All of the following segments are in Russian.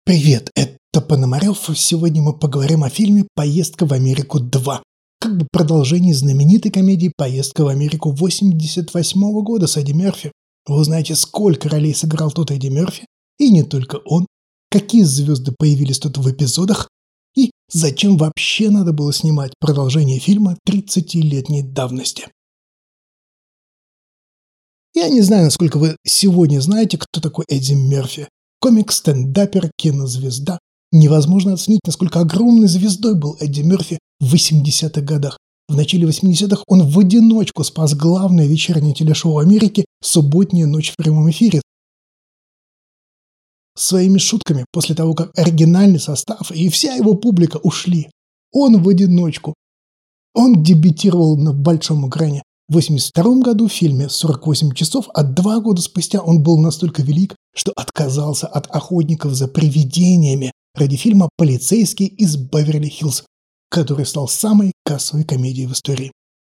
Привет, это Пономарев. Сегодня мы поговорим о фильме «Поездка в Америку 2». Как бы продолжение знаменитой комедии «Поездка в Америку» 1988 года с Эдди Мерфи. Вы узнаете, сколько ролей сыграл тот Эдди Мерфи, и не только он, какие звезды появились тут в эпизодах, и зачем вообще надо было снимать продолжение фильма 30-летней давности. Я не знаю, насколько вы сегодня знаете, кто такой Эдди Мерфи. Комик, стендапер, кинозвезда. Невозможно оценить, насколько огромной звездой был Эдди Мерфи в 80-х годах. В начале 80-х он в одиночку спас главное вечернее телешоу Америки «Субботняя ночь» в прямом эфире. Своими шутками после того, как оригинальный состав и вся его публика ушли. Он в одиночку. Он дебютировал на большом экране в 1982 году в фильме «48 часов», а 2 года спустя он был настолько велик, что отказался от «Охотников за привидениями» ради фильма «Полицейский из Беверли-Хиллз», который стал самой кассовой комедией в истории.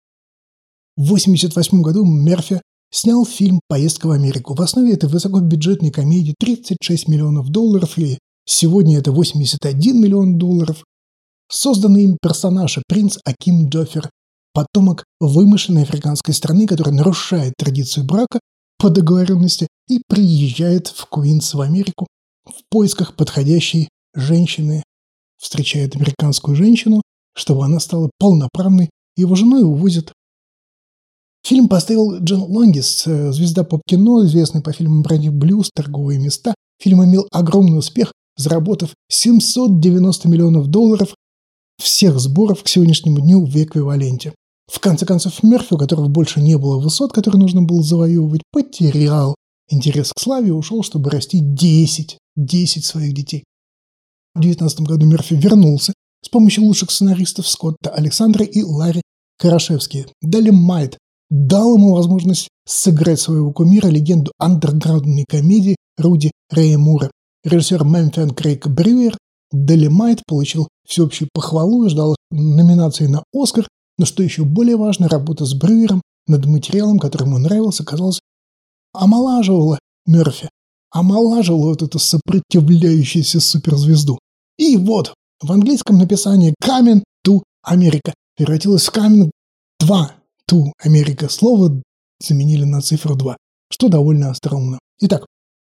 В 1988 году Мерфи снял фильм «Поездка в Америку». В основе этой высокобюджетной комедии $36 миллионов, и сегодня это $81 миллион. Созданный им персонаж принц Аким Джофер, потомок вымышленной африканской страны, который нарушает традицию брака по договоренности и приезжает в Куинс в Америку в поисках подходящей женщины, встречает американскую женщину, чтобы она стала полноправной его женой, и увозит. Фильм поставил Джон Лонгис, звезда поп-кино, известный по фильмам «Броди Блюз», «Торговые места». Фильм имел огромный успех, заработав $790 миллионов всех сборов к сегодняшнему дню в эквиваленте. В конце концов, Мерфи, у которого больше не было высот, которые нужно было завоевывать, потерял интерес к славе и ушел, чтобы растить 10 своих детей. В 19 году Мерфи вернулся с помощью лучших сценаристов Скотта Александра и Ларри Карашевски. Долемайт дал ему возможность сыграть своего кумира, легенду андерграундной комедии Руди Рэя Мура. Режиссер Мемфиан Крейг Брюер Долемайт получил всеобщую похвалу и ждал номинации на «Оскар», но что еще более важно, работа с Брюером над материалом, который ему нравился, казалось, омолаживала Мерфи, омолаживала вот эту сопротивляющуюся суперзвезду. И вот, в английском написании «Coming to America» превратилось в «Coming 2 to America». Слово заменили на цифру 2, что довольно остроумно. Итак,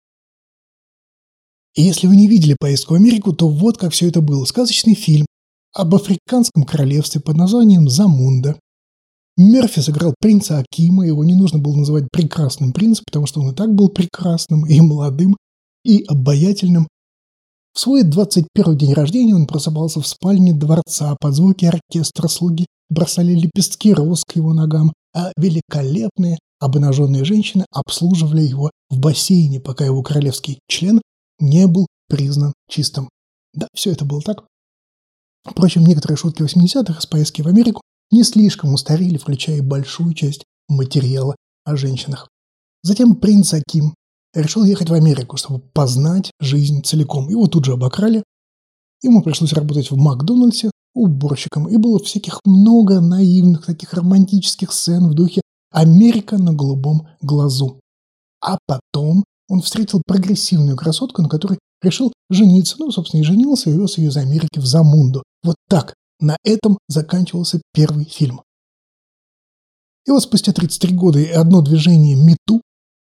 если вы не видели «Поездку в Америку», то вот как все это было. Сказочный фильм об африканском королевстве под названием Замунда. Мерфи сыграл принца Акима, его не нужно было называть прекрасным принцем, потому что он и так был прекрасным, и молодым, и обаятельным. В свой 21-й день рождения он просыпался в спальне дворца, под звуки оркестра слуги бросали лепестки роз к его ногам, а великолепные обнаженные женщины обслуживали его в бассейне, пока его королевский член не был признан чистым. Да, все это было так. Впрочем, некоторые шутки 80-х из «Поездки в Америку» не слишком устарели, включая большую часть материала о женщинах. Затем принц Аким решил ехать в Америку, чтобы познать жизнь целиком. Его тут же обокрали. Ему пришлось работать в Макдональдсе уборщиком. И было всяких много наивных, таких романтических сцен в духе «Америка на голубом глазу». А потом он встретил прогрессивную красотку, на которой решил жениться. Ну, собственно, и женился, и вез ее из Америки в Замунду. Вот так. На этом заканчивался первый фильм. И вот спустя 33 года и одно движение #MeToo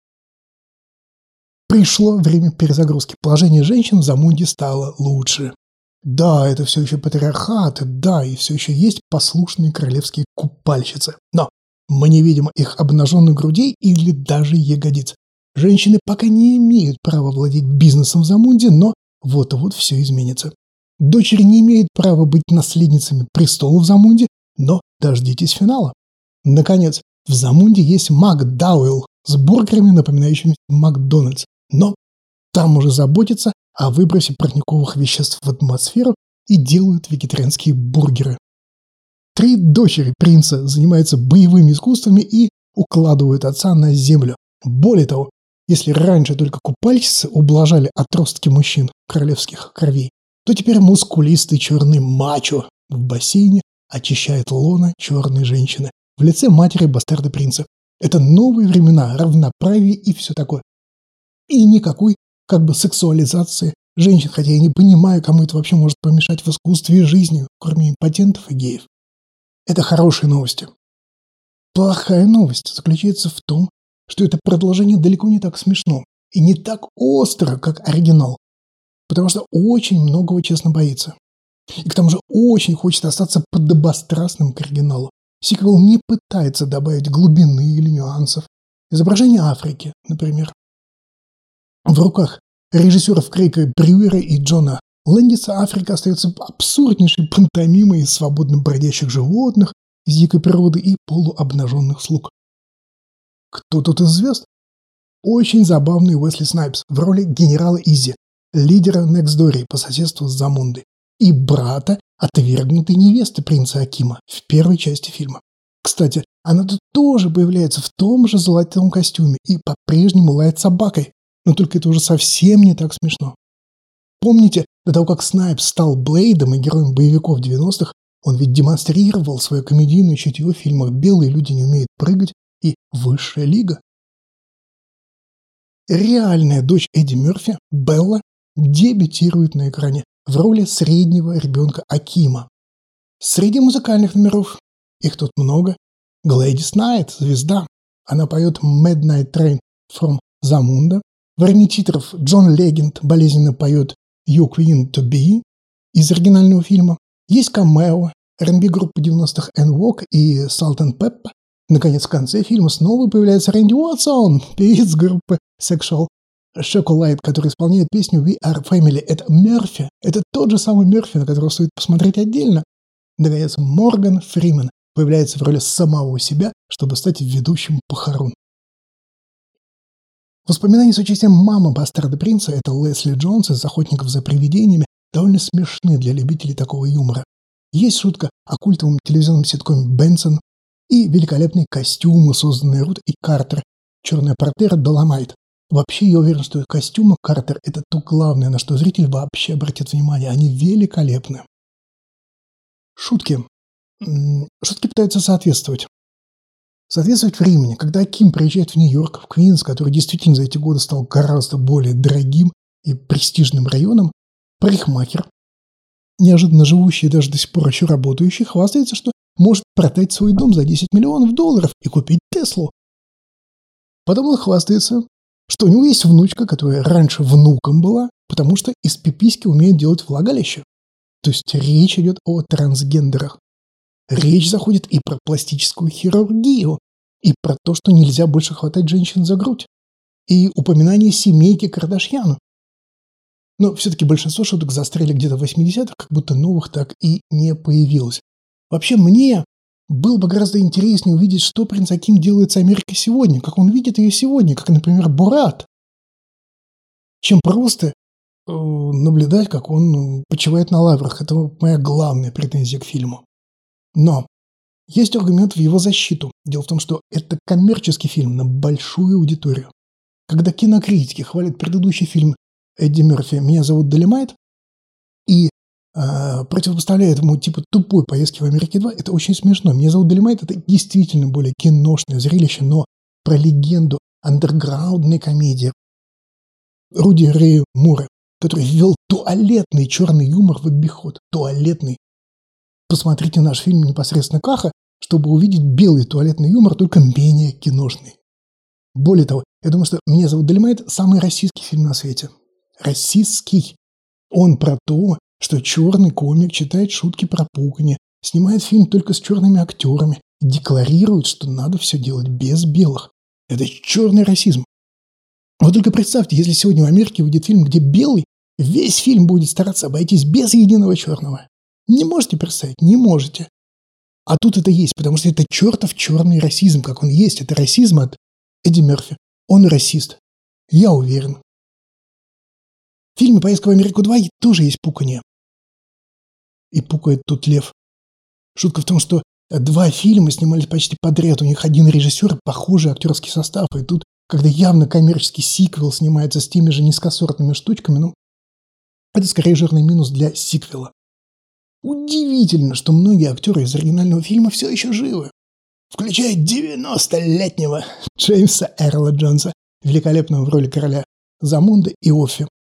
пришло время перезагрузки. Положение женщин в Замунде стало лучше. Да, это все еще патриархат, да, и все еще есть послушные королевские купальщицы. Но мы не видим их обнаженных грудей или даже ягодиц. Женщины пока не имеют права владеть бизнесом в Замунде, но вот-вот все изменится. Дочери не имеют права быть наследницами престола в Замунде, но дождитесь финала. Наконец, в Замунде есть Макдауэлл с бургерами, напоминающими Макдональдс, но там уже заботятся о выбросе парниковых веществ в атмосферу и делают вегетарианские бургеры. 3 дочери принца занимаются боевыми искусствами и укладывают отца на землю. Более того, если раньше только купальщицы ублажали отростки мужчин королевских кровей, то теперь мускулистый черный мачо в бассейне очищает лоно черной женщины в лице матери бастарда принца. Это новые времена, равноправие и все такое. И никакой сексуализации женщин, хотя я не понимаю, кому это вообще может помешать в искусстве и жизни, кроме импотентов и геев. Это хорошие новости. Плохая новость заключается в том, что это продолжение далеко не так смешно и не так остро, как оригинал, потому что очень многого честно боится. И к тому же очень хочет остаться подобострастным к оригиналу. Сиквел не пытается добавить глубины или нюансов. Изображение Африки, например. В руках режиссеров Крейга Брюера и Джона Лэндиса Африка остается абсурднейшей пантомимой из свободно бродящих животных, из дикой природы и полуобнаженных слуг. Кто тут из звезд? Очень забавный Уэсли Снайпс в роли генерала Изи, лидера Нексдори по соседству с Замундой, и брата отвергнутой невесты принца Акима в первой части фильма. Кстати, она тут тоже появляется в том же золотом костюме и по-прежнему лает собакой, но только это уже совсем не так смешно. Помните, до того, как Снайпс стал Блейдом и героем боевиков 90-х, он ведь демонстрировал свое комедийное чутье в фильмах «Белые люди не умеют прыгать» и «Высшая лига». Реальная дочь Эдди Мерфи, Белла, дебютирует на экране в роли среднего ребенка Акима. Среди музыкальных номеров, их тут много, Глэдис Найт, звезда. Она поет Midnight Train from Zamunda. В роле титров Джон Легенд болезненно поет You Queen to Be из оригинального фильма. Есть камео, R&B группы 90-х N-Walk и Salt and Pepper. Наконец, в конце фильма снова появляется Рэнди Уотсон, певец группы Sexual Chocolate, который исполняет песню We Are Family. Это Мерфи. Это тот же самый Мерфи, на которого стоит посмотреть отдельно. Наконец, Морган Фримен появляется в роли самого себя, чтобы стать ведущим похорон. Воспоминания с участием мамы бастарда принца, это Лесли Джонс из «Охотников за привидениями», довольно смешны для любителей такого юмора. Есть шутка о культовом телевизионном ситкоме «Бенсон» и великолепные костюмы, созданные Рут и Картер, черная пантера Доломайт. Вообще, я уверен, что костюмы Картер – это то главное, на что зритель вообще обратит внимание. Они великолепны. Шутки. Шутки пытаются соответствовать. Соответствовать времени, когда Ким приезжает в Нью-Йорк, в Квинс, который действительно за эти годы стал гораздо более дорогим и престижным районом, парикмахер, неожиданно живущий и даже до сих пор еще работающий, хвастается, что может продать свой дом за $10 миллионов и купить Теслу. Потом он хвастается, что у него есть внучка, которая раньше внуком была, потому что из пиписьки умеет делать влагалище. То есть речь идет о трансгендерах. Речь заходит и про пластическую хирургию, и про то, что нельзя больше хватать женщин за грудь, и упоминание семейки Кардашьян. Но все-таки большинство шуток застряли где-то в 80-х, как будто новых так и не появилось. Вообще мне было бы гораздо интереснее увидеть, что принц Аким делает с Америкой сегодня, как он видит ее сегодня, как, например, Борат, чем просто наблюдать, как он почивает на лаврах. Это моя главная претензия к фильму. Но есть аргумент в его защиту. Дело в том, что это коммерческий фильм на большую аудиторию. Когда кинокритики хвалят предыдущий фильм Эдди Мерфи «Меня зовут Доломайт» и противопоставляют ему типа тупой поездки в Америке 2, это очень смешно. «Меня зовут Доломайт» — это действительно более киношное зрелище, но про легенду андерграундной комедии Руди Рэя Мура, который ввел туалетный черный юмор в обиход. Туалетный. Посмотрите наш фильм непосредственно Каха, чтобы увидеть белый туалетный юмор, только менее киношный. Более того, я думаю, что «Меня зовут Доломайт» – самый российский фильм на свете. Российский. Он про то, что черный комик читает шутки про пуканье, снимает фильм только с черными актерами, декларирует, что надо все делать без белых. Это черный расизм. Вот только представьте, если сегодня в Америке выйдет фильм, где белый, весь фильм будет стараться обойтись без единого черного. Не можете представить? Не можете. А тут это есть, потому что это чертов черный расизм, как он есть. Это расизм от Эдди Мерфи. Он расист. Я уверен. В фильме «Поездка в Америку 2» тоже есть пуканье. И пукает тут лев. Шутка в том, что 2 фильма снимались почти подряд. У них один режиссер, похожий актерский состав. И тут, когда явно коммерческий сиквел снимается с теми же низкосортными штучками, это скорее жирный минус для сиквела. Удивительно, что многие актеры из оригинального фильма все еще живы, включая 90-летнего Джеймса Эрла Джонса, великолепного в роли короля Замунды и Оффи.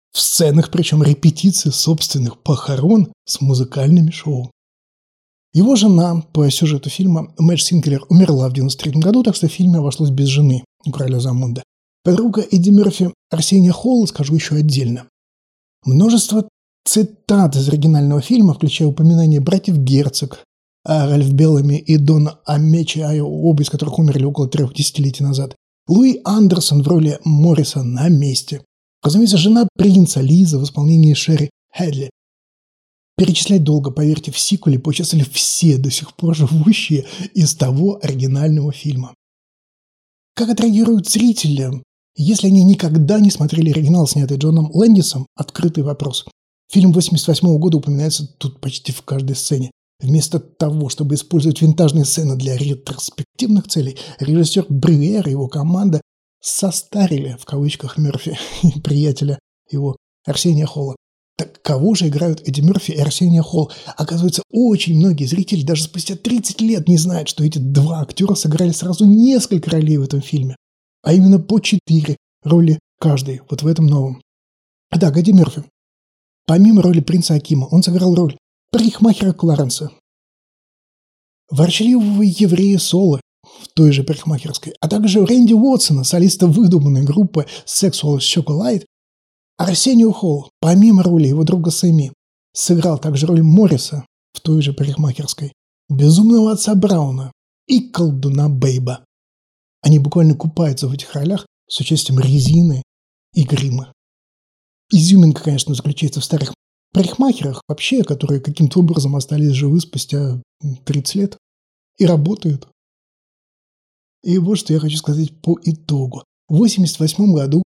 В сценах, причем репетиции собственных похорон с музыкальными шоу. Его жена по сюжету фильма Мэдж Синклер умерла в 1993 году, так что в фильме обошлось без жены у короля Замунда. Подруга Эдди Мерфи Арсения Холла скажу еще отдельно. Множество цитат из оригинального фильма, включая упоминание братьев Герцог, Ральф Беллами и Дон Амечи, оба из которых умерли около 3 десятилетий назад. Луи Андерсон в роли Морриса на месте. Разумеется, жена принца Лиза в исполнении Шерри Хедли. Перечислять долго, поверьте, в сиквеле поучаствовали все до сих пор живущие из того оригинального фильма. Как отреагируют зрители, если они никогда не смотрели оригинал, снятый Джоном Лэндисом? Открытый вопрос. Фильм 1988 года упоминается тут почти в каждой сцене. Вместо того, чтобы использовать винтажные сцены для ретроспективных целей, режиссер Брюер и его команда «состарили» в кавычках Мерфи и приятеля его Арсения Холла. Так кого же играют Эдди Мерфи и Арсения Холл? Оказывается, очень многие зрители даже спустя 30 лет не знают, что эти два актера сыграли сразу несколько ролей в этом фильме. А именно по 4 роли каждый вот в этом новом. Итак, Эдди Мерфи. Помимо роли принца Акима, он сыграл роль парикмахера Кларенса, ворчливого еврея Соло в той же парикмахерской, а также Рэнди Уотсона, солиста выдуманной группы Sexual Chocolate. Арсению Холл, помимо роли его друга Сэмми, сыграл также роль Морриса в той же парикмахерской, безумного отца Брауна и колдуна Бейба. Они буквально купаются в этих ролях с участием резины и грима. Изюминка, конечно, заключается в старых парикмахерах вообще, которые каким-то образом остались живы спустя 30 лет и работают. И вот что я хочу сказать по итогу. В 1988 году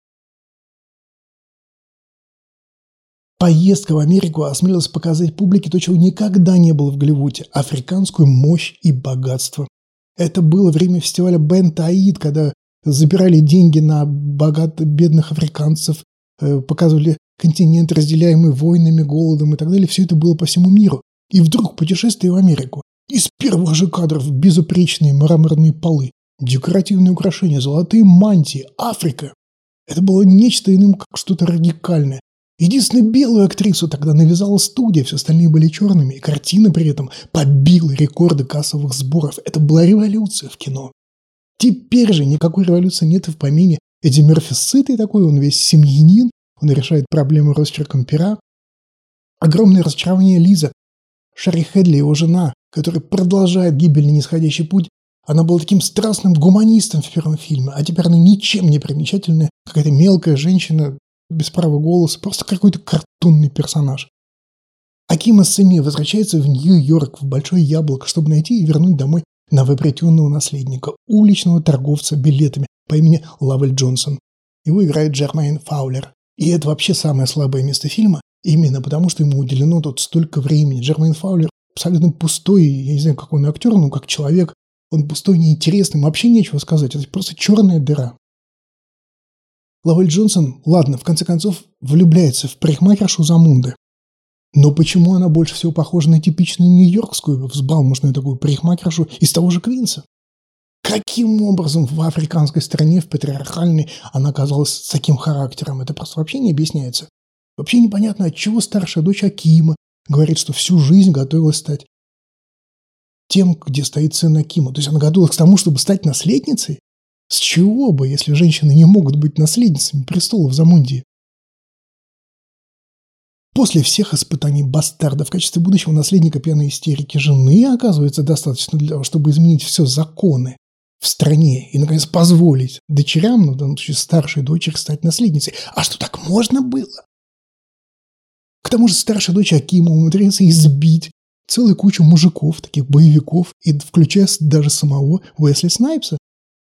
поездка в Америку осмелилась показать публике то, чего никогда не было в Голливуде – африканскую мощь и богатство. Это было время фестиваля Бен Таид, когда забирали деньги на бедных африканцев, показывали континент, разделяемый войнами, голодом и так далее. Все это было по всему миру. И вдруг путешествие в Америку. Из первых же кадров безупречные мраморные полы, декоративные украшения, золотые мантии, Африка. Это было нечто иным, как что-то радикальное. Единственную белую актрису тогда навязала студия, все остальные были черными, и картина при этом побила рекорды кассовых сборов. Это была революция в кино. Теперь же никакой революции нет и в помине. Эдди Мерфи сытый такой, он весь семьянин, он решает проблемы росчерком пера. Огромное разочарование Лиза, Шерри Хедли, его жена, которая продолжает гибельный нисходящий путь. Она была таким страстным гуманистом в первом фильме, а теперь она ничем не примечательная, какая-то мелкая женщина, без права голоса, просто какой-то картонный персонаж. Акима Сэмми возвращается в Нью-Йорк, в Большое Яблоко, чтобы найти и вернуть домой новообретенного наследника, уличного торговца билетами по имени Лавель Джонсон. Его играет Джермейн Фаулер. И это вообще самое слабое место фильма, именно потому, что ему уделено тут столько времени. Джермейн Фаулер абсолютно пустой, я не знаю, какой он актер, но как человек, он пустой, неинтересный, вообще нечего сказать, это просто черная дыра. Лавель Джонсон, ладно, в конце концов, влюбляется в парикмахершу Замунды. Но почему она больше всего похожа на типичную нью-йоркскую, взбалмошную такую парикмахершу из того же Квинса? Каким образом в африканской стране, в патриархальной, она оказалась с таким характером? Это просто вообще не объясняется. Вообще непонятно, отчего старшая дочь Акима говорит, что всю жизнь готовилась стать тем, где стоит сын Акима. То есть она готовилась к тому, чтобы стать наследницей? С чего бы, если женщины не могут быть наследницами престола в Замундии? После всех испытаний бастарда в качестве будущего наследника пьяной истерики жены оказывается достаточно для того, чтобы изменить все законы в стране и, наконец, позволить дочерям, ну, в данном случае старшей дочери, стать наследницей. А что, так можно было? К тому же старшая дочь Акима умудряется избить целую кучу мужиков, таких боевиков, и включая даже самого Уэсли Снайпса.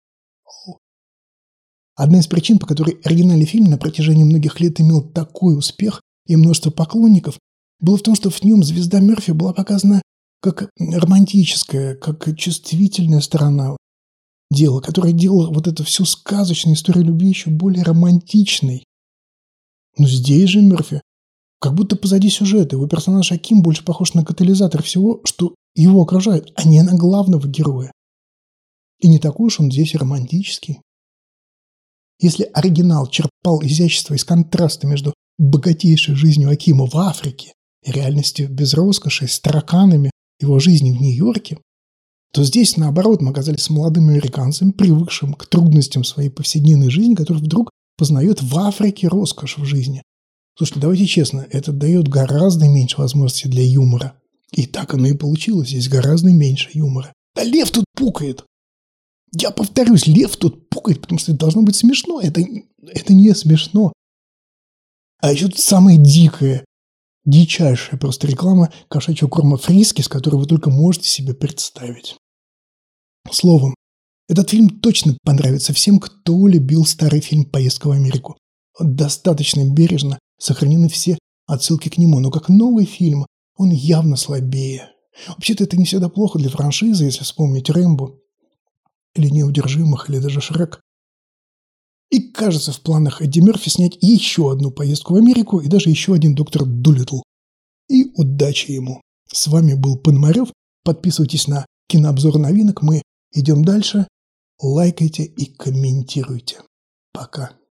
Одна из причин, по которой оригинальный фильм на протяжении многих лет имел такой успех и множество поклонников, было в том, что в нем звезда Мерфи была показана как романтическая, как чувствительная сторона дела, которая делала вот эту всю сказочную историю любви еще более романтичной. Но здесь же Мерфи как будто позади сюжета. Его персонаж Аким больше похож на катализатор всего, что его окружает, а не на главного героя. И не такой уж он здесь и романтический. Если оригинал черпал изящество из контраста между богатейшей жизнью Акима в Африке и реальностью без роскоши, с тараканами его жизни в Нью-Йорке, то здесь, наоборот, мы оказались с молодым американцем, привыкшим к трудностям своей повседневной жизни, который вдруг познает в Африке роскошь в жизни. Слушайте, давайте честно, это дает гораздо меньше возможностей для юмора. И так оно и получилось, здесь гораздо меньше юмора. А лев тут пукает. Я повторюсь, лев тут пукает, потому что это должно быть смешно. Это не смешно. А еще тут самое дикое, дичайшая просто реклама кошачьего корма Фрискис, которую вы только можете себе представить. Словом, этот фильм точно понравится всем, кто любил старый фильм «Поездка в Америку». Достаточно бережно сохранены все отсылки к нему, но как новый фильм он явно слабее. Вообще-то это не всегда плохо для франшизы, если вспомнить «Рэмбо» или «Неудержимых», или даже «Шрек». И, кажется, в планах Эдди Мерфи снять еще одну поездку в Америку и даже еще один доктор Дулиттл. И удачи ему. С вами был Пономарев. Подписывайтесь на кинообзор новинок. Мы идем дальше. Лайкайте и комментируйте. Пока.